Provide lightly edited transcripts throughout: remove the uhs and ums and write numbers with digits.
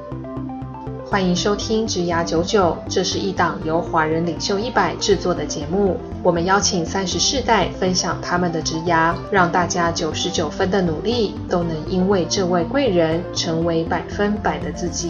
欢迎收听职涯99，这是一档由华人领袖100制作的节目。我们邀请30世代分享他们的职涯，让大家99分的努力都能因为这位贵人成为100%的自己。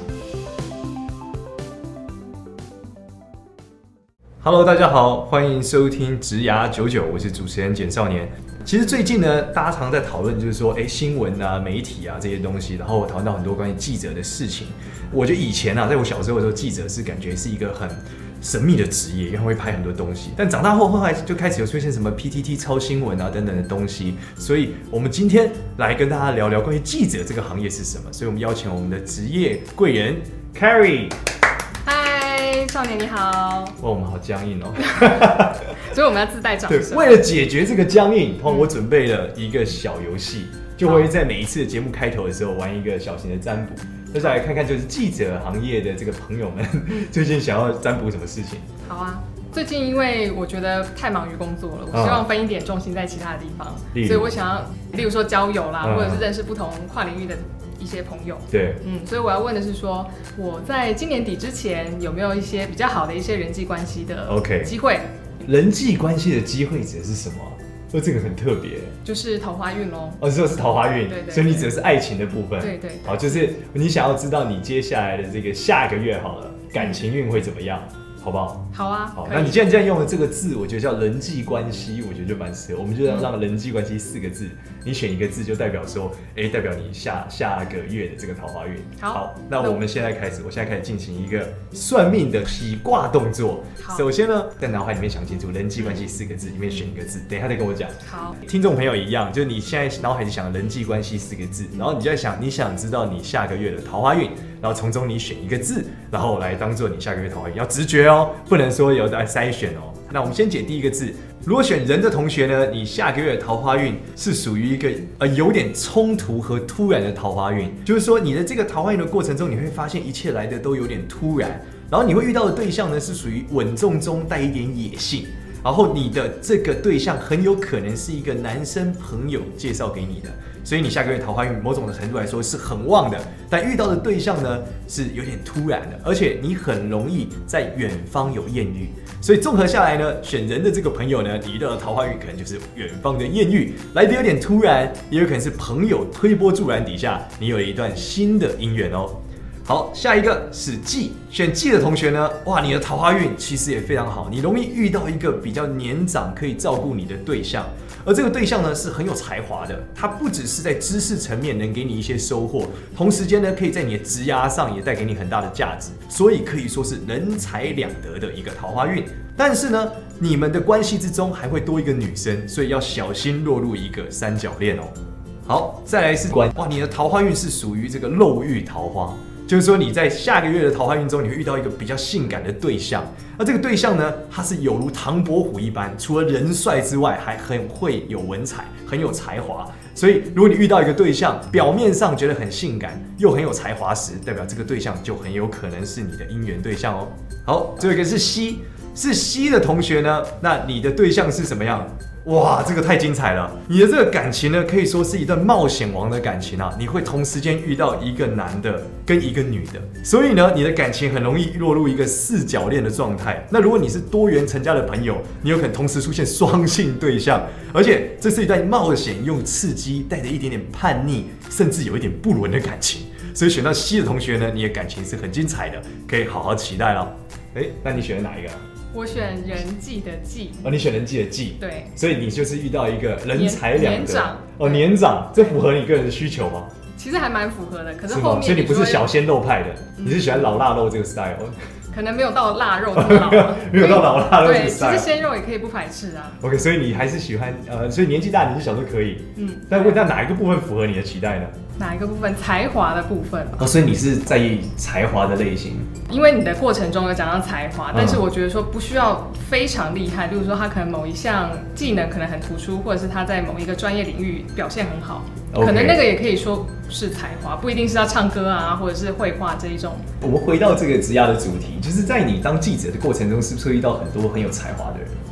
Hello， 大家好，欢迎收听职涯99，我是主持人简少年。其实最近呢，大家常在讨论，就是说，新闻啊、媒体啊这些东西，然后讨论到很多关于记者的事情。我觉得以前啊，在我小时候的时候，记者是感觉是一个很神秘的职业，因为他会拍很多东西。但长大后来就开始有出现什么 PTT 抄新闻啊等等的东西。所以我们今天来跟大家聊聊关于记者这个行业是什么。所以我们邀请我们的职业贵人 Carrie。 少年你好。 哇，我们好僵硬哦。 所以我们要自带掌声。 为了解决这个僵硬，我准备了一个小游戏，就会在每一次的节目开头的时候玩一个小型的占卜。那再来看看，就是记者行业的这个朋友们最近想要占卜什么事情？ 好啊。最近因为我觉得太忙于工作了，我希望分一点重心在其他的地方，所以我想要，例如说交友啦，或者是认识不同跨领域的一些朋友。 对， 所以我要问的是说，我在今年底之前有没有一些比较好的一些人际关系的机会？ 人际关系的机会指的是什么？这个很特别，就是桃花运咯。 这是桃花运，对，所以你指的是爱情的部分。 对， 好，就是你想要知道你接下来的这个下个月好了，感情运会怎么样？好不好？ 好啊。 好，那你既然这样用的这个字，我觉得叫人际关系，我觉得就蛮适合。我们就让人际关系4个字，你选一个字就代表说，代表你下个月的这个桃花运。好，那我们现在开始，我现在开始进行一个算命的起卦动作。首先呢，在脑海里面想清楚人际关系4个字，里面选一个字，等一下再跟我讲。 好， 听众朋友一样，就是你现在脑海里想人际关系4个字，然后你就在想，你想知道你下个月的桃花运，然后从中你选一个字，然后来当做你下个月桃花运，要直觉哦，不能说有在筛选哦。那我们先解第一个字，如果选人的同学呢，你下个月的桃花运是属于一个有点冲突和突然的桃花运，就是说你的这个桃花运的过程中，你会发现一切来的都有点突然，然后你会遇到的对象呢是属于稳重中带一点野性，然后你的这个对象很有可能是一个男生朋友介绍给你的。所以你下个月桃花运某种的程度来说是很旺的，但遇到的对象呢是有点突然的，而且你很容易在远方有艳遇。所以综合下来呢，选人的这个朋友呢，你遇到的桃花运可能就是远方的艳遇，来得有点突然，也有可能是朋友推波助澜底下，你有了一段新的姻缘哦。好，下一个是忌，选忌的同学呢，哇，你的桃花运其实也非常好，你容易遇到一个比较年长可以照顾你的对象，而这个对象呢是很有才华的，他不只是在知识层面能给你一些收获，同时间呢可以在你的职涯上也带给你很大的价值，所以可以说是人财两得的一个桃花运。但是呢，你们的关系之中还会多一个女生，所以要小心落入一个三角恋哦。好，再来是哇，你的桃花运是属于这个漏遇桃花。就是说你在下个月的桃花运中，你会遇到一个比较性感的对象。那这个对象呢，他是有如唐伯虎一般，除了人帅之外，还很会有文采，很有才华。所以如果你遇到一个对象，表面上觉得很性感，又很有才华时，代表这个对象就很有可能是你的姻缘对象哦。好，最后一个是西，是西的同学呢，那你的对象是什么样？哇，这个太精彩了！你的这个感情呢，可以说是一段冒险王的感情啊！你会同时间遇到一个男的跟一个女的，所以呢，你的感情很容易落入一个4角恋的状态。那如果你是多元成家的朋友，你有可能同时出现双性对象，而且这是一段冒险又刺激，带着一点点叛逆，甚至有一点不伦的感情。所以选到西的同学呢，你的感情是很精彩的，可以好好期待咯。那你选了哪一个？ 我选人际的际。 你选人际的际。 对， 所以你就是遇到一个人财两得。 年长。 年长，这符合你个人的需求吗？ 其实还蛮符合的，可是后面所以你不是小鲜肉派的，你是喜欢老腊肉这个 style。 可能没有到腊肉这么老， 没有到老腊肉这个 style。 对，其实鲜肉也可以不排斥啊。 OK， 所以你还是喜欢所以年纪大你是小时候可以，但问到哪一个部分符合你的期待呢？ 哪一个部分？才华的部分。 所以你是在意才华的类型？ 因为你的过程中有讲到才华，但是我觉得说不需要非常厉害，例如说他可能某一项技能可能很突出，或者是他在某一个专业领域表现很好，可能那个也可以说是才华，不一定是要唱歌啊，或者是绘画这一种。 我们回到这个职涯的主题，就是在你当记者的过程中，是不是会遇到很多很有才华的人？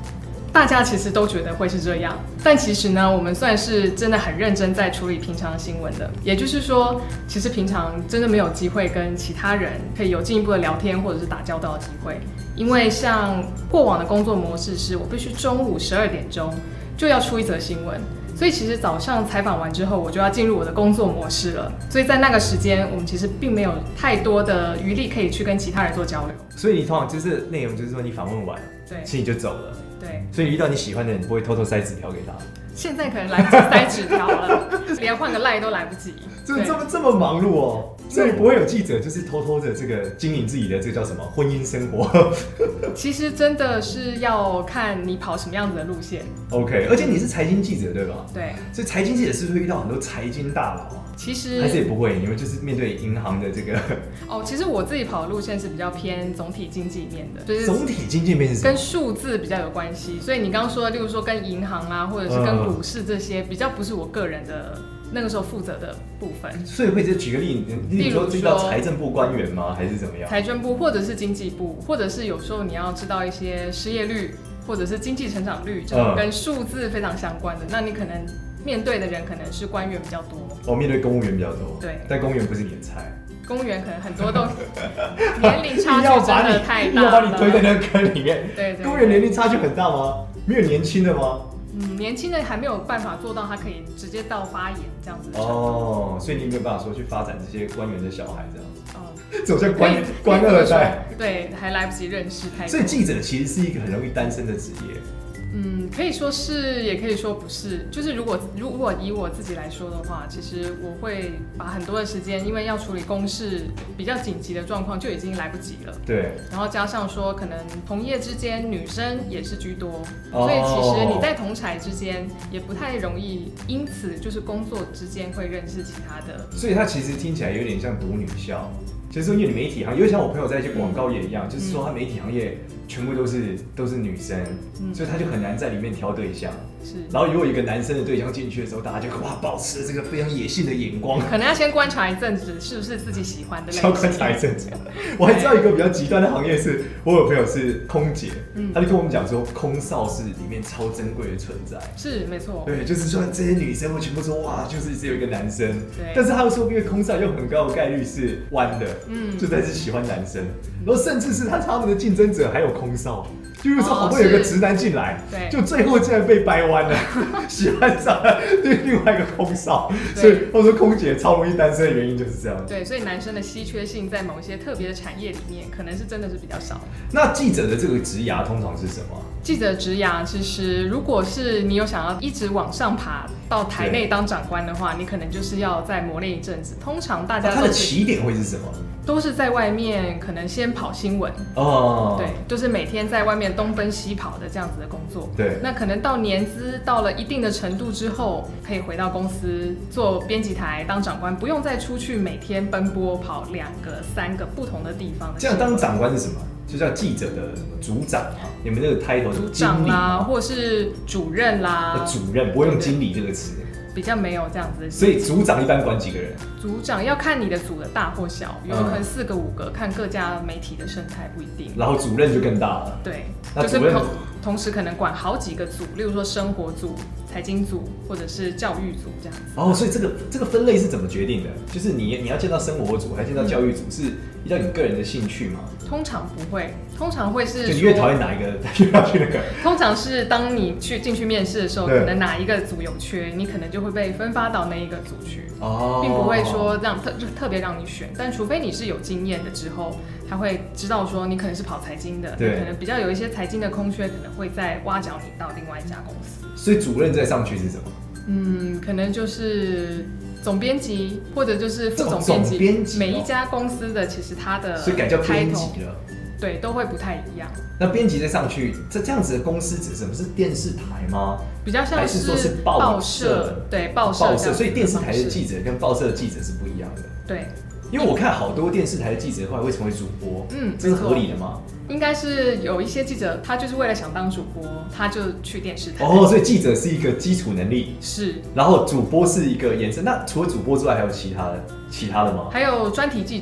大家其实都觉得会是这样，但其实呢，我们算是真的很认真在处理平常的新闻的。也就是说，其实平常真的没有机会跟其他人可以有进一步的聊天或者是打交道的机会，因为像过往的工作模式是我必须中午12点钟就要出一则新闻。所以其实早上采访完之后，我就要进入我的工作模式了。所以在那个时间，我们其实并没有太多的余力可以去跟其他人做交流。 所以你通常就是内容就是说你访问完， 对， 其实你就走了。 对。 所以你遇到你喜欢的人，你不会偷偷塞纸条给他。 现在可能来不及塞纸条了，连换个赖都来不及。 这么忙碌哦，所以不会有记者就是偷偷的这个经营自己的这个叫什么婚姻生活。 其实真的是要看你跑什么样子的路线。 OK， 而且你是财经记者对吧？ 对。 所以财经记者是不是会遇到很多财经大佬啊？ 其实还是也不会，你们就是面对银行的这个。 其实我自己跑的路线是比较偏总体经济面的，就是总体经济面是什么？ 跟数字比较有关系。所以你刚刚说的，例如说跟银行啊，或者是跟股市这些，比较不是我个人的那个时候负责的部分。 所以会举个例，例如说知道财政部官员吗？还是怎么样？ 财政部或者是经济部，或者是有时候你要知道一些失业率或者是经济成长率这种跟数字非常相关的，那你可能面对的人可能是官员比较多。 面对公务员比较多。 对。但公务员不是你的菜。 公务员可能很多都年龄差距真的太大了， 要把你推在那个坑里面。 对。 公务员年龄差距很大吗？没有年轻的吗？ 年轻的还没有办法做到他可以直接到发言这样子的程度。 所以你没有办法说去发展这些官员的小孩这样。走向官二代。对， 还来不及认识太多。 所以记者其实是一个很容易单身的职业。 可以说是，也可以说不是。就是如果以我自己来说的话，其实我会把很多的时间，因为要处理公事比较紧急的状况，就已经来不及了。 对。 然后加上说，可能同业之间女生也是居多，所以其实你在同侪之间也不太容易，因此就是工作之间会认识其他的。 所以它其实听起来有点像读女校。其实因为媒体行业，因为像我朋友在一些广告业一样，就是说他媒体行业全部都是女生，所以他就很难在里面挑对象。 是。 然后如果有一个男生的对象进去的时候，大家就哇保持这个非常野性的眼光， 可能要先观察一阵子是不是自己喜欢的类型。 要观察一阵子。我还知道一个比较极端的行业是，我有朋友是空姐，他就跟我们讲说，空少是里面超珍贵的存在。 是没错。对， 就是说这些女生会全部说哇，就是只有一个男生。 对。 但是他又说，因为空少有很高的概率是弯的。就在是喜欢男生，然后甚至是他们的竞争者还有空少，就是说好不容易有个直男进来，就最后竟然被掰弯了，喜欢上了另外一个空少，所以我说空姐超容易单身的原因就是这样。 对，所以男生的稀缺性在某一些特别的产业里面，可能是真的是比较少。 那记者的这个职涯通常是什么？ 记者职涯其实，如果是你有想要一直往上爬到台内当长官的话，你可能就是要再磨练一阵子。通常大家他的起点会是什么？ 都是在外面可能先跑新闻对，就是每天在外面东奔西跑的这样子的工作。 对， 那可能到年资到了一定的程度之后，可以回到公司做编辑台当长官，不用再出去每天奔波跑2个3个不同的地方的。 这样当长官是什么？就叫记者的组长啊，你们那个 title 组长啦，或是主任啦。 主任不会用经理这个词。 比较没有这样子的， 所以组长一般管几个人？ 组长要看你的组的大或小，有可能4个5个，看各家媒体的生态不一定。 然后主任就更大了。 对，就是同时可能管好几个组，例如说生活组、财经组或者是教育组这样子。 所以这个分类是怎么决定的？就是你要见到生活组还是见到教育组，是依照你个人的兴趣吗？ 通常不会，通常会是就你越讨厌哪一个，越要去那个。 通常是当你进去面试的时候，可能哪一个组有缺，你可能就会被分发到那一个组去，并不会说特别让你选。但除非你是有经验的之后，他会知道说你可能是跑财经的，可能比较有一些财经的空缺，可能会再挖角你到另外一家公司。 所以主任再上去是什么？ 可能就是总编辑或者就是副总编辑，每一家公司的其实它的所以改叫编辑了， 对，都会不太一样。 那编辑再上去，这样子的公司指什么？是电视台吗？ 比较像还是说是报社？ 对，报社。 所以电视台的记者跟报社的记者是不一样的。 对。 因为我看好多电视台的记者后来会成为主播，这是合理的吗？ 应该是有一些记者，他就是为了想当主播，他就去电视台。 所以记者是一个基础能力， 是。 然后主播是一个延伸。那除了主播之外，还有其他的吗？ 还有专题记者。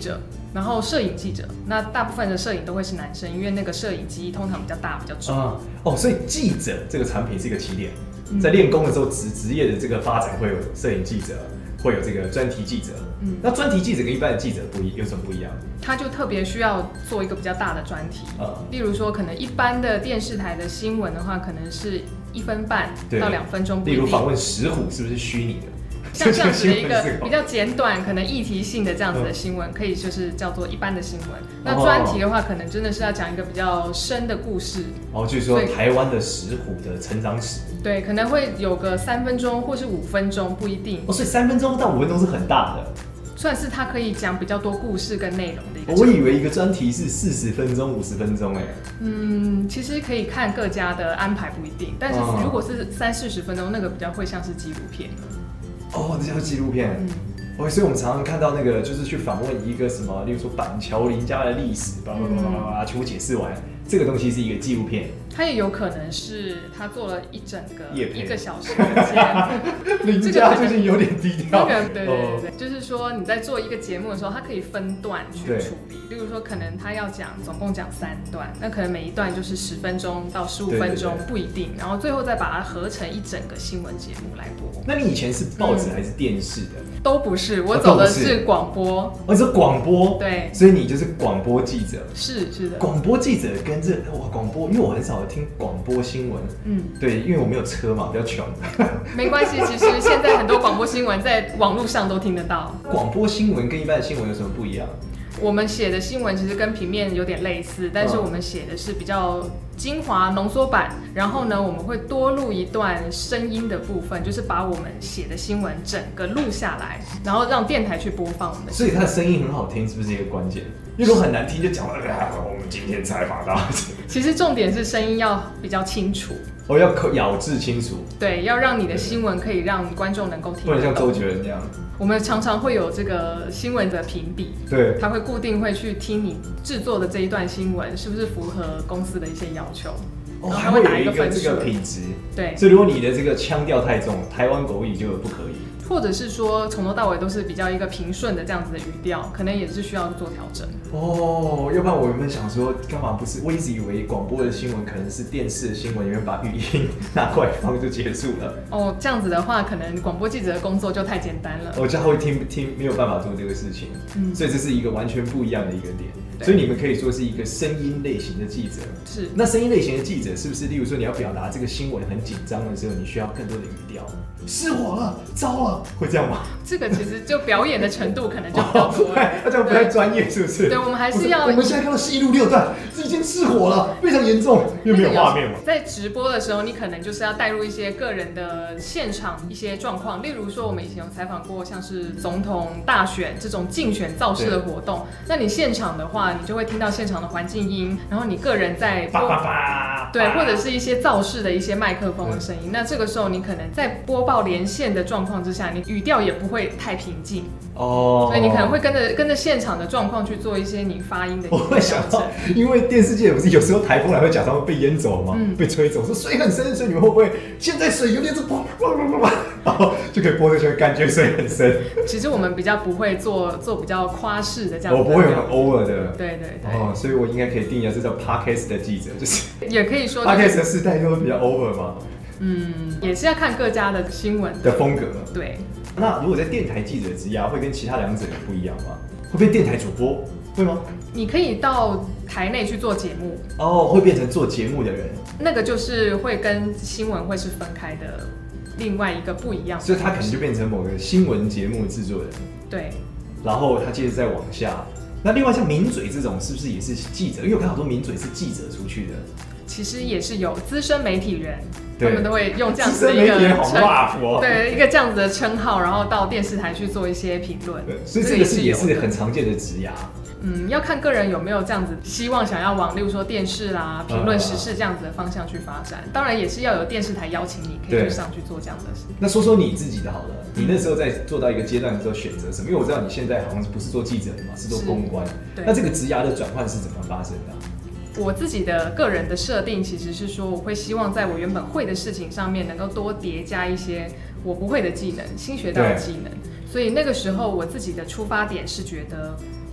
然后摄影记者，那大部分的摄影都会是男生，因为那个摄影机通常比较大、比较重。 所以记者这个产品是一个起点，在练功的时候，职业的这个发展会有摄影记者，会有这个专题记者。那专题记者跟一般的记者有什么不一样？ 他就特别需要做一个比较大的专题。例如说，可能一般的电视台的新闻的话，可能是1分半到2分钟不一定。 例如访问石虎是不是虚拟的？ 像这样子的一个比较简短、可能议题性的这样子的新闻，可以就是叫做一般的新闻。那专题的话，可能真的是要讲一个比较深的故事。 就是说台湾的石虎的成长史。 对，可能会有个3分钟或是5分钟，不一定。 所以3分钟到5分钟是很大的。 算是它可以讲比较多故事跟内容的一个。 我以为一个专题是40分钟、50分钟其实可以看各家的安排不一定，但是如果是30-40分钟，那个比较会像是纪录片。 这叫纪录片。所以我们常常看到那个，就是去访问一个什么，例如说板桥林家的历史，全部解释完，这个东西是一个纪录片。 它也有可能是他做了一整个1个小时的节目。 林家最近有点低调。 对，就是说你在做一个节目的时候，它可以分段去处理。例如说，可能他要总共讲3段，那可能每一段就是10分钟到15分钟，不一定。然后最后再把它合成一整个新闻节目来播。 那你以前是报纸还是电视的？ 都不是，我走的是广播。 你是广播？ 对， 所以你就是广播记者。 是的。 广播记者跟广播，因为我很少听广播新闻。对，因为我没有车嘛，比较穷。 没关系，其实现在很多广播新闻在网络上都听得到。 广播新闻跟一般的新闻有什么不一样？ 我们写的新闻其实跟平面有点类似，但是我们写的是比较精华浓缩版，然后呢，我们会多录一段声音的部分，就是把我们写的新闻整个录下来，然后让电台去播放我们的新闻。 所以它的声音很好听，是不是一个关键？因为如果很难听，就讲我们今天采访到。 其实重点是声音要比较清楚。 要咬字清楚。 对，要让你的新闻可以让观众能够听得懂。 不能像周杰伦那样。 我们常常会有这个新闻的评比， 对， 他会固定会去听你制作的这一段新闻是不是符合公司的一些要求，然后他会打一个分数。 这个品质。 对， 所以如果你的这个腔调太重，台湾国语就不可以。 或者是说从头到尾都是比较一个平顺的这样子的语调，可能也是需要做调整。 要不然我原本想说，干嘛不是？我一直以为广播的新闻可能是电视的新闻里面把语音拿过来放就结束了。 这样子的话，可能广播记者的工作就太简单了。 这样会听没有办法做这个事情。所以这是一个完全不一样的一个点。所以你们可以说是一个声音类型的记者。 是。 那声音类型的记者是不是，例如说你要表达这个新闻很紧张的时候，你需要更多的语调？失火了，糟了，会这样吗？ 这个其实就表演的程度可能就比较多了。 那这样不太专业，是不是？ 对，我们还是要。 我们现在看到西路6段，已经失火了，非常严重，因为没有画面嘛。 在直播的时候，你可能就是要带入一些个人的现场一些状况，例如说我们以前有采访过像是总统大选这种竞选造势的活动，那你现场的话，你就会听到现场的环境音，然后你个人在对，或者是一些造势的一些麦克风的声音。那这个时候你可能在播报连线的状况之下，你语调也不会太平静。所以你可能会跟着现场的状况去做一些你发音的一些调整。 我会想到，因为电视界不是有时候台风来会假装被淹走吗？被吹走，说水很深，所以你们会不会现在水有点然后就可以播这些，感觉水很深。 其实我们比较不会做比较夸饰的这样子。 我不会很 over 的。 对。 所以我应该可以定义这叫 podcast 的记者，就是也可以说 podcast 的时代都会比较 over 嘛。 也是要看各家的新闻的风格。 对。 那如果在电台记者职涯会跟其他两者有不一样吗？会变电台主播会吗？ 你可以到台内去做节目。 会变成做节目的人。那个就是会跟新闻会是分开的，另外一个不一样的。 所以他可能就变成某个新闻节目制作人。 对。 然后他接着再往下。那另外像名嘴这种是不是也是记者？因为我看好多名嘴是记者出去的。 其实也是有资深媒体人，他们都会用这样子的一个对一个这样子的称号，然后到电视台去做一些评论。 所以这个也是很常见的职涯。 要看个人有没有这样子希望想要往，例如说电视啦、评论时事这样子的方向去发展。当然也是要有电视台邀请你，可以去上去做这样的事。 那说说你自己的好了，你那时候在做到一个阶段的时候选择什么？因为我知道你现在好像不是做记者的嘛，是做公关。那这个职涯的转换是怎么发生的？ 我自己的个人的设定其实是说，我会希望在我原本会的事情上面能够多叠加一些我不会的技能，新学到的技能。所以那个时候我自己的出发点是觉得，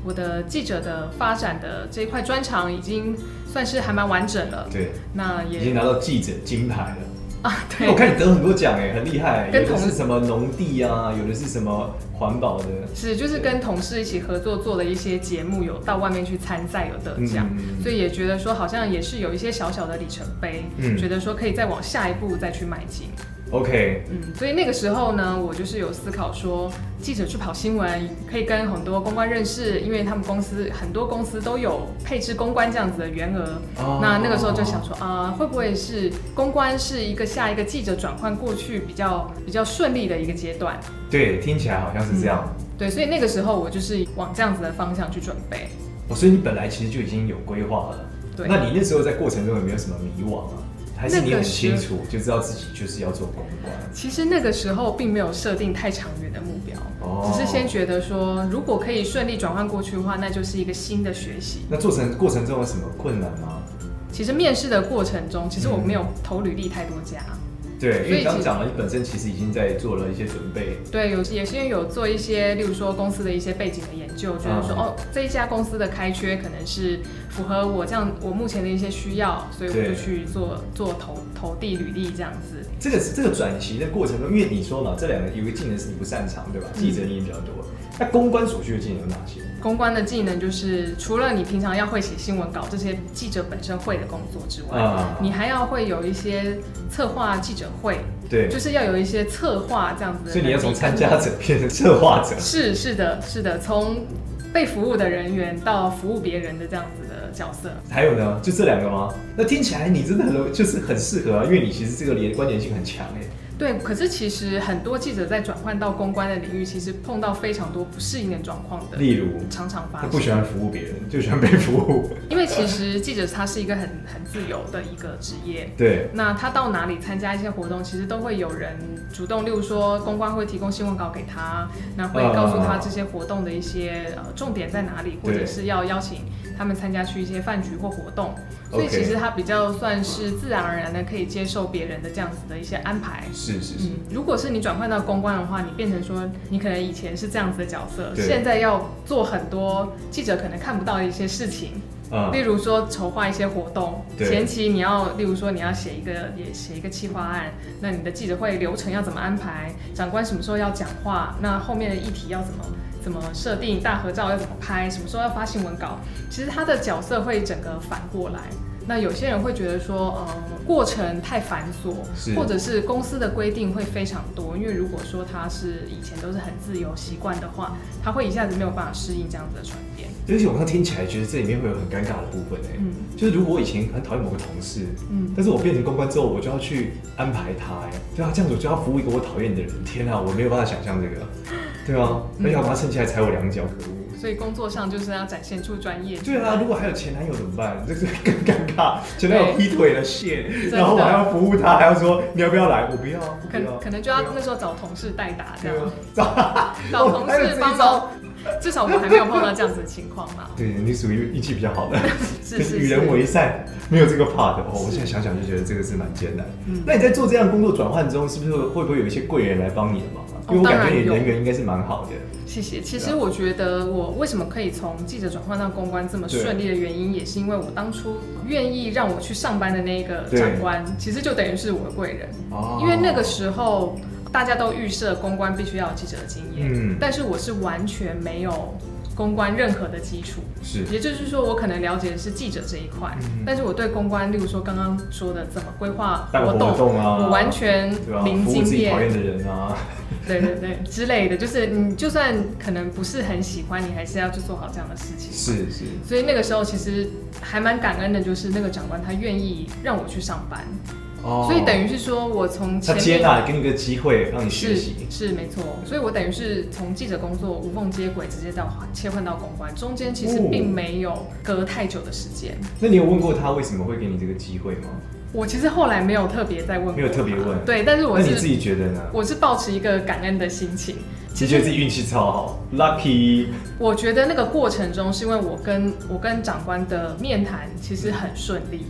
我的记者的发展的这一块专长已经算是还蛮完整了。 对， 那也已经拿到记者金牌了。 对， 我看你得很多奖哎，很厉害。 有的是什么农地啊，有的是什么环保的。 是，就是跟同事一起合作做了一些节目，有到外面去参赛，有得奖，所以也觉得说好像也是有一些小小的里程碑，觉得说可以再往下一步再去迈进。 OK， 所以那个时候呢，我就是有思考说，记者去跑新闻，可以跟很多公关认识，因为他们很多公司都有配置公关这样子的员额。那个时候就想说会不会是公关是下一个记者转换过去比较顺利的一个阶段？ 对，听起来好像是这样。 对，所以那个时候我就是往这样子的方向去准备。 所以你本来其实就已经有规划了。 对， 那你那时候在过程中有没有什么迷惘啊？还是你很清楚就知道自己就是要做公关？ 其实那个时候并没有设定太长远的目标，只是先觉得说，如果可以顺利转换过去的话，那就是一个新的学习。 那过程中有什么困难吗？ 其实面试的过程中，其实我没有投履历太多家。 对，因为你刚刚讲了，你本身其实已经在做了一些准备。 对，也是因为有做一些，例如说公司的一些背景的研究，觉得说这一家公司的开缺可能是符合我目前的一些需要，所以我就去做投递履历这样子。 这个转型的过程中，因为你说嘛，这两个有一个技能是你不擅长，对吧？记者你也比较多。那公关所需的技能有哪些？ 公关的技能就是除了你平常要会写新闻稿这些记者本身会的工作之外，你还要会有一些策划记者会， 对， 就是要有一些策划这样子的。 所以你要从参加者变成策划者。 是的，从被服务的人员到服务别人的这样子的角色。 还有呢，就这两个吗？那听起来你真的就是很适合啊，因为你其实这个关联性很强哎。 对，可是其实很多记者在转换到公关的领域，其实碰到非常多不适应的状况的。 例如， 常常发生。 他不喜欢服务别人，就喜欢被服务。 因为其实记者他是一个很自由的一个职业。 对。 那他到哪里参加一些活动，其实都会有人主动，例如说公关会提供新闻稿给他，那会告诉他这些活动的一些重点在哪里，或者是要邀请他们参加去一些饭局或活动。所以其实他比较算是自然而然的可以接受别人的这样子的一些安排。 是。 如果是你转换到公关的话，你变成说你可能以前是这样子的角色，现在要做很多记者可能看不到的一些事情。例如说筹划一些活动，前期你要，例如说你要写一个企划案，那你的记者会流程要怎么安排？长官什么时候要讲话？那后面的议题要怎么设定？大合照要怎么拍？什么时候要发新闻稿？其实他的角色会整个反过来。那有些人会觉得说，过程太繁琐，或者是公司的规定会非常多。因为如果说他是以前都是很自由习惯的话，他会一下子没有办法适应这样子的转变。 而且我刚听起来觉得这里面会有很尴尬的部分就是如果我以前很讨厌某个同事，但是我变成公关之后，我就要去安排他，对啊，这样子我就要服务一个我讨厌的人，天啊，我没有办法想象这个，对啊，而且要把他撑起来踩我两脚，可恶。 所以工作上就是要展现出专业。 对啊，如果还有前男友怎么办？这是更尴尬。前男友劈腿了shit，然后我还要服务他，还要说你要不要来？我不要， 可能就要那时候找同事代打这样，找同事帮忙。至少我们还没有碰到这样子的情况嘛。 对，你属于运气比较好的， 是与人为善，没有这个 part 我现在想想就觉得这个是蛮艰难。那你在做这样工作转换中，是不是会不会有一些贵人来帮你的忙啊？因为我感觉你人缘应该是蛮好的。 谢谢。其实我觉得我为什么可以从记者转换到公关这么顺利的原因，也是因为我当初愿意让我去上班的那个长官，其实就等于是我的贵人。因为那个时候大家都预设公关必须要有记者的经验，但是我是完全没有公关任何的基础，也就是说我可能了解的是记者这一块，但是我对公关，例如说刚刚说的怎么规划活动啊，我完全零经验，服务自己讨厌的人啊， 对之类的，就是你就算可能不是很喜欢，你还是要去做好这样的事情。 是。 所以那个时候其实还蛮感恩的，就是那个长官他愿意让我去上班。所以等于是说，我从前面他接纳，给你个机会让你学习， 是没错。所以我等于是从记者工作无缝接轨，直接切换到公关，中间其实并没有隔太久的时间。 那你有问过他为什么会给你这个机会吗？ 我其实后来没有特别再问过， 没有特别问， 对，但是那你自己觉得呢？ 我是抱持一个感恩的心情。 你觉得自己运气超好 ，lucky。 我觉得那个过程中，是因为我跟长官的面谈其实很顺利。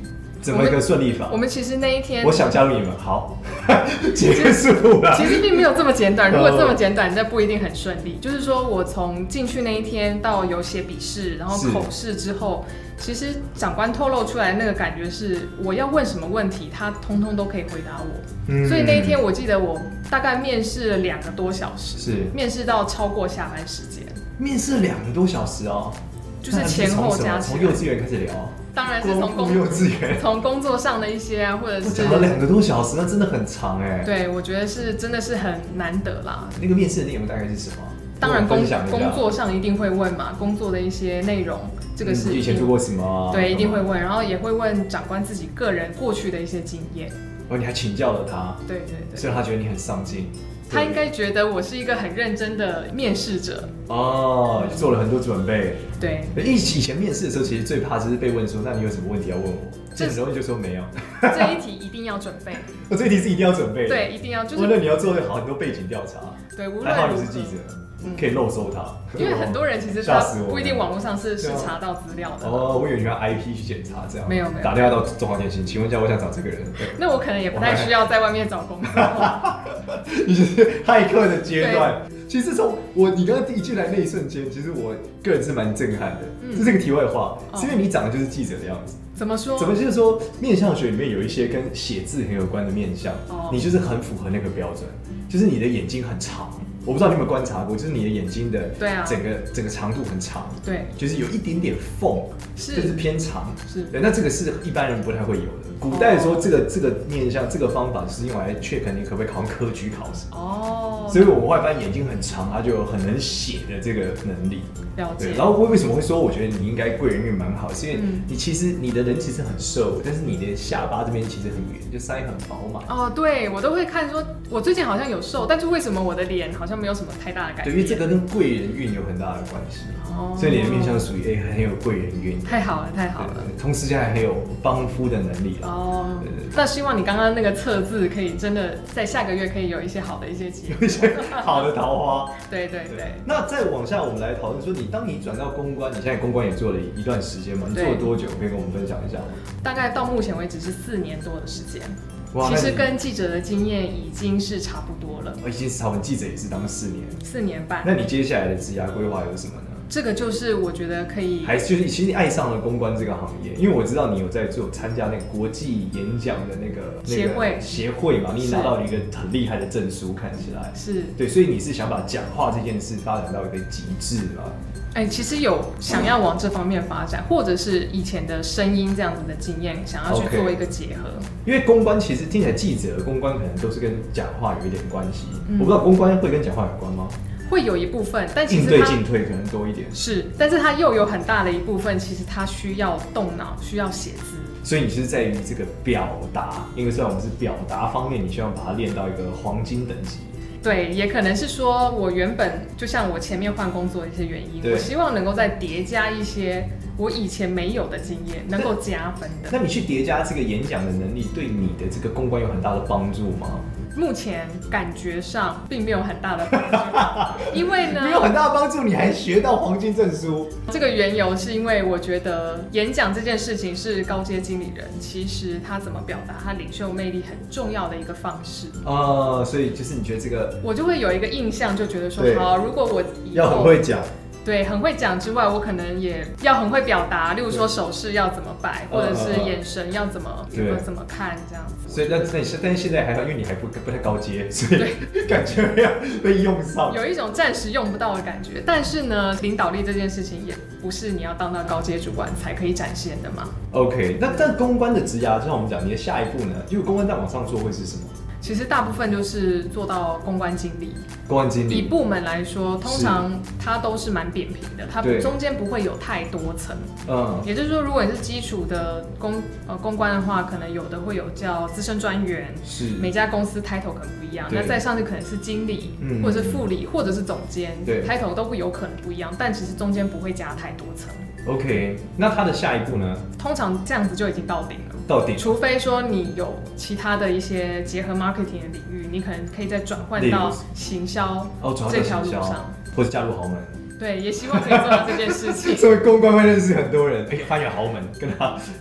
怎么个顺利法？ 我们其实那一天， 我想加入你们，好，结束了。 其实并没有这么简短，如果这么简短，那不一定很顺利。就是说我从进去那一天到有写笔试，然后口试之后，其实长官透露出来那个感觉是，我要问什么问题，他通通都可以回答我。所以那一天我记得我大概面试了2个多小时，是面试到超过下班时间。 面试2个多小时哦， 就是前后加起来。 从幼稚园开始聊。 当然是从工作上的一些啊，或者是讲了2个多小时，那真的很长哎。 对，我觉得真的是很难得啦。 那个面试的内容大概是什么？ 当然工作上一定会问嘛，工作的一些内容，这个是以前做过什么？ 对，一定会问，然后也会问长官自己个人过去的一些经验。 哦，你还请教了他？ 对， 所以他觉得你很上进。 他应该觉得我是一个很认真的面试者哦，做了很多准备。 对， 以前面试的时候，其实最怕就是被问说，那你有什么问题要问我？这很容易就说没有。 这一题一定要准备。 这一题是一定要准备的。 对，一定要就是。 那你要做很多背景调查。 对，无论还好你是记者。可以漏搜他， 因为很多人其实他不一定网络上是查到资料的。 哦，我以为你要 IP 去检查这样。 没有。 打电话到中华电信，请问一下，我想找这个人。 那我可能也不太需要在外面找工作。 你就是骇客的阶段。其实从你刚刚一进来那一瞬间，其实我个人是蛮震撼的。这是个题外话，是因为你长得就是记者的样子。 怎么说？ 就是说面相学里面有一些跟写字很有关的面相，你就是很符合那个标准，就是你的眼睛很长。我不知道你有没有观察过，就是你的眼睛的整个长度很长，对，就是有一点点缝，就是偏长，是对。那这个是一般人不太会有的。古代说这个面相这个方法是用来确认你可不可以考上科举考试哦。所以我后来发现眼睛很长，它就有很能写的这个能力。 了解。 然后为什么会说我觉得你应该贵人运蛮好？是因为你其实你的人其实很瘦，但是你的下巴这边其实很圆，就腮很饱满。哦， 对我都会看说，我最近好像有瘦，但是为什么我的脸好像没有什么太大的改变？ 对，因为这个跟贵人运有很大的关系。哦。所以你的面相属于很有贵人运。 太好了，太好了。 同时还很有帮夫的能力了。哦。 那希望你刚刚那个测字可以真的在下个月可以有一些好的一些结果， 有一些好的桃花。 对。 那再往下，我们来讨论说，当你转到公关，你现在公关也做了一段时间嘛？你做了多久？可以跟我们分享一下吗？ 大概到目前为止是4年多的时间。其实跟记者的经验已经是差不多了。 已经是差不多，记者也是当4年半。 那你接下来的职涯规划有什么呢？ 这个就是我觉得可以， 还是就是其实你爱上了公关这个行业，因为我知道你有在参加那个国际演讲的那个协会嘛，你拿到了一个很厉害的证书，看起来是对，所以你是想把讲话这件事发展到一个极致嘛？ 其实有想要往这方面发展，或者是以前的声音这样子的经验，想要去做一个结合。 因为公关其实听起来记者公关可能都是跟讲话有一点关系，我不知道公关会跟讲话有关吗？ 会有一部分，但其实应对进退可能多一点。 是，但是它又有很大的一部分，其实它需要动脑，需要写字。 所以你是在于这个表达，因为虽然我们是表达方面，你希望把它练到一个黄金等级。 对，也可能是说我原本就像我前面换工作的一些原因，我希望能够再叠加一些我以前没有的经验，能够加分的。 那你去叠加这个演讲的能力，对你的这个公关有很大的帮助吗？ 目前感觉上并没有很大的帮助，因为呢没有很大的帮助，你还学到黄金证书。 这个缘由是因为我觉得演讲这件事情是高阶经理人，其实他怎么表达他领袖魅力很重要的一个方式。所以就是你觉得这个，我就会有一个印象，就觉得说，好，如果我以后要很会讲。 对，很会讲之外，我可能也要很会表达，例如说手势要怎么摆，或者是眼神要怎么看这样子。所以，但是现在还好，因为你还不太高阶，所以感觉没有被用上， 有一种暂时用不到的感觉。但是呢，领导力这件事情也不是你要当到高阶主管才可以展现的嘛。 OK， 那公关的职涯，就像我们讲，你的下一步呢？因为公关再往上做会是什么？ 其实大部分就是做到公关经理。 公关经理以部门来说，通常它都是蛮扁平的，它中间不会有太多层。也就是说，如果你是基础的公关的话，可能有的会有叫资深专员，是每家公司 title 可能不一样。那再上去可能是经理，或者是副理，或者是总监，title 都会有可能不一样，但其实中间不会加太多层。 OK， 那他的下一步呢？ 通常这样子就已经到顶了。 到顶， 除非说你有其他的一些结合 marketing 的领域，你可能可以再转换到行销这条路上， 或者加入豪门。 对，也希望可以做到这件事情。 所以公关会认识很多人，发现豪门跟他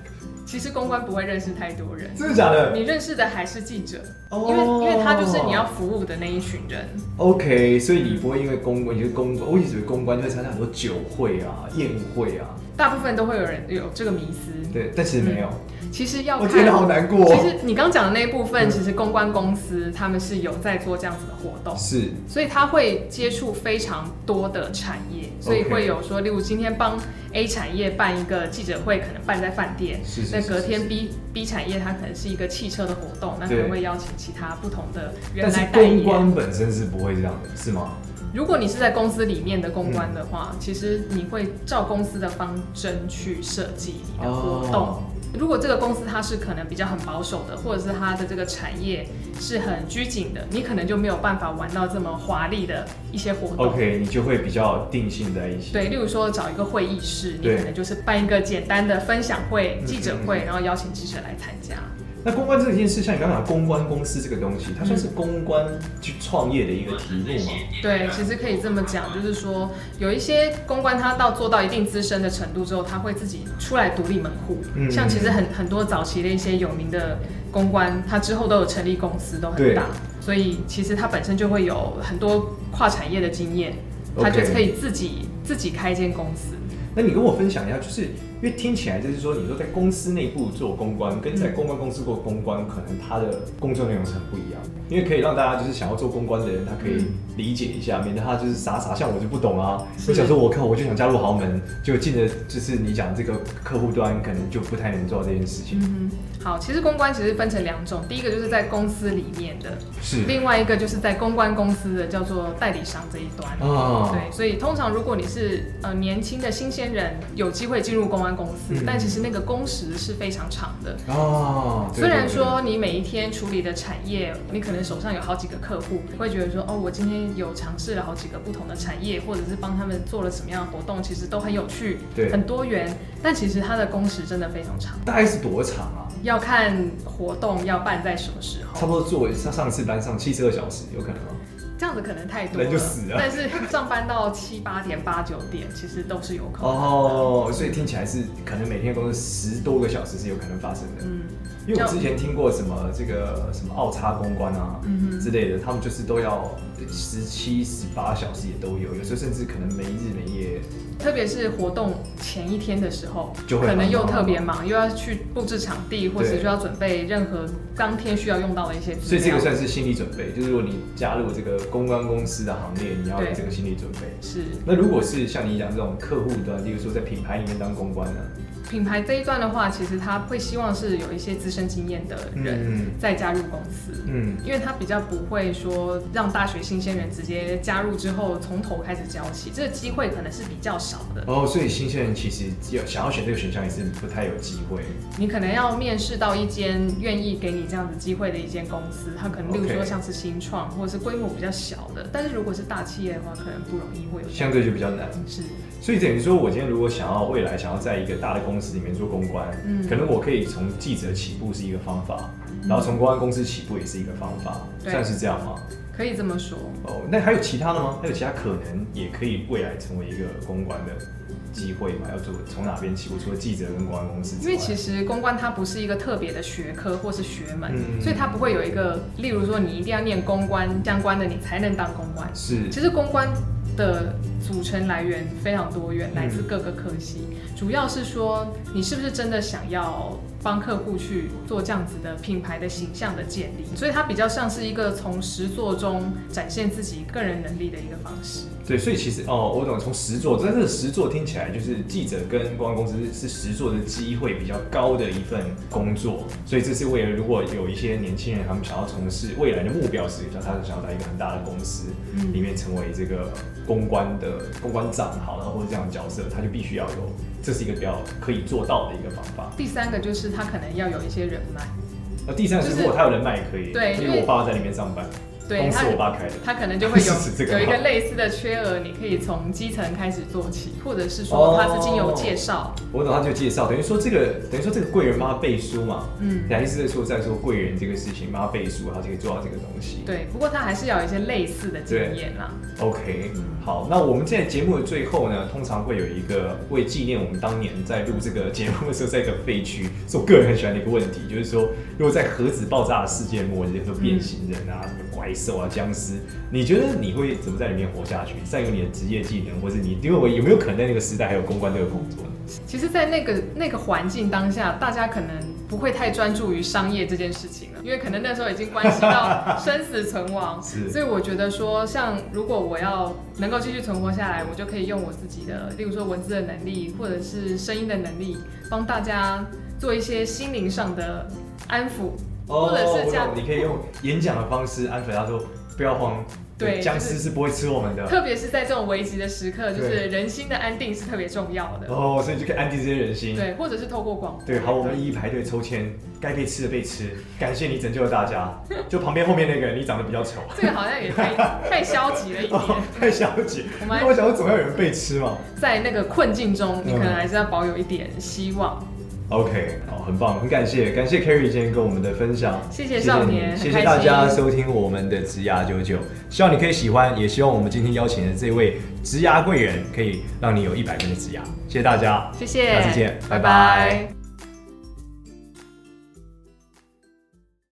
其实公关不会认识太多人， 真的假的？ 你认识的还是记者，因为他就是你要服务的那一群人。 OK， 所以你不会因为公关，我一直以为公关就会参加很多酒会啊、宴会啊， 大部分都会有人有这个迷思。 对，但其实没有。 其实要看， 我天哪，好难过。 其实你刚讲的那一部分，其实公关公司他们是有在做这样子的活动， 是， 所以他会接触非常多的产业，所以会有说，例如今天帮 A 产业办一个记者会，可能办在饭店，那隔天 B 产业它可能是一个汽车的活动，那可能会邀请其他不同的人来代言。 但是公关本身是不会这样的，是吗？ 如果你是在公司里面的公关的话，其实你会照公司的方针去设计你的活动。如果这个公司它是可能比较很保守的，或者是它的这个产业是很拘谨的，你可能就没有办法玩到这么华丽的一些活动。 OK， 你就会比较定性在一起。 对，例如说找一个会议室，你可能就是办一个简单的分享会、记者会，然后邀请记者来参加。 那公关这件事，像你刚刚讲公关公司这个东西，它算是公关去创业的一个题目吗？ 对，其实可以这么讲，就是说有一些公关，他做到一定资深的程度之后，他会自己出来独立门户。像其实很多早期的一些有名的公关，他之后都有成立公司，都很大，所以其实他本身就会有很多跨产业的经验，他就可以自己开一间公司。 那你跟我分享一下，就是因为听起来就是说，你说在公司内部做公关，跟在公关公司做公关，可能他的工作内容是很不一样。因为可以让大家就是想要做公关的人，他可以理解一下，免得他就是傻傻，像我就不懂啊。我想说，我就想加入豪门，就进了就是你讲这个客户端，可能就不太能做到这件事情。 好，其实公关其实分成两种，第一个就是在公司里面的， 是；另外一个就是在公关公司的，叫做代理商这一端。对，所以通常如果你是年轻的新鲜人，有机会进入公关公司，但其实那个工时是非常长的。虽然说你每一天处理的产业，你可能手上有好几个客户，你会觉得说，我今天有尝试了好几个不同的产业，或者是帮他们做了什么样的活动，其实都很有趣，很多元。但其实它的工时真的非常长。 大概是多长啊？ 要看活动要办在什么时候。 差不多做上次班上72小时，有可能吗？ 这样子可能太多了， 人就死了。 但是上班到7、8点、8、9点，其实都是有可能的。 所以听起来是可能每天工作10多个小时是有可能发生的。因为我之前听过什么这个什么奥叉公关啊之类的，他们就是都要17、18小时也都有，有时候甚至可能没日没夜。 特别是活动前一天的时候， 就会可能又特别忙，又要去布置场地，或者就要准备任何当天需要用到的一些资料。 所以这个算是心理准备，就是如果你加入这个公关公司的行列，你要有这个心理准备。 是。 那如果是像你讲这种客户端，例如说在品牌里面当公关呢？ 品牌这一段的话，其实他会希望是有一些资深经验的人再加入公司，因为他比较不会说让大学新鲜人直接加入之后从头开始教起，这个机会可能是比较少的。 所以新鲜人其实想要选这个选项也是不太有机会。 你可能要面试到一间愿意给你这样子机会的一间公司，它可能例如说像是新创或者是规模比较小的，但是如果是大企业的话，可能不容易会有， 相对就比较难。 是。 所以等于说，我今天如果未来想要在一个大的公司里面做公关，可能我可以从记者起步是一个方法，然后从公关公司起步也是一个方法，算是这样吗？ 可以这么说。 那还有其他的吗？还有其他可能也可以未来成为一个公关的机会嘛？要从哪边起步？除了记者跟公关公司之外， 因为其实公关它不是一个特别的学科或是学门，所以它不会有一个，例如说你一定要念公关相关的，你才能当公关。 是， 其实公关的组成来源非常多元，来自各个科系，主要是说你是不是真的想要帮客户去做这样子的品牌的形象的建立，所以它比较像是一个从实作中展现自己个人能力的一个方式。 对，所以其实我懂，从实作，但是实作听起来就是记者跟公关公司是实作的机会比较高的一份工作，所以这是为了如果有一些年轻人他们想要从事未来的目标是，他想要在一个很大的公司里面成为这个公关长好，然后或者这样的角色，他就必须要有，这是一个比较可以做到的一个方法。 第三个就是他可能要有一些人脉。 第三个是如果他有人脉也可以， 对， 因为我爸在里面上班。 对， 公司我爸开的， 他可能就会有一个类似的缺额，你可以从基层开始做起，或者是说他是经由介绍。 我懂，他就介绍，等于说这个贵人帮他背书嘛，还是在说贵人这个事情帮他背书，他就可以做到这个东西。 对，不过他还是要有一些类似的经验啦。 OK， 好，那我们在节目的最后呢，通常会有一个为纪念我们当年在录这个节目的时候，在一个废墟，是我个人很喜欢的一个问题，就是说，如果在核子爆炸的世界末日，和变形人啊、什么怪兽啊、僵尸，你觉得你会怎么在里面活下去？善用你的职业技能，或是你认为有没有可能在那个时代还有公关这个工作呢？ 其实，在那个环境当下，大家可能不会太专注于商业这件事情了，因为可能那时候已经关系到生死存亡，所以我觉得说，像如果我要能够继续存活下来，我就可以用我自己的，例如说文字的能力，或者是声音的能力，帮大家做一些心灵上的安抚，或者是这样， 你可以用演讲的方式安抚他说不要慌。对，僵尸是不会吃我们的， 特别是在这种危急的时刻，就是人心的安定是特别重要的。 哦，所以就可以安定这些人心。 对，或者是透过广播。 对，好，我们一一排队抽签，该被吃的被吃，感谢你拯救了大家。就旁边后面那个人，你长得比较丑。 这个好像也太消极了一点。 太消极。我想说总要有人被吃嘛。 在那个困境中，你可能还是要保有一点希望。 OK， 好，很棒，很感谢 Carrie 今天跟我们的分享， 谢谢少年， 谢谢大家收听我们的职涯99，希望你可以喜欢，也希望我们今天邀请的这位职涯贵人可以让你有100分的职涯，谢谢大家， 谢谢， 下次见， 拜拜。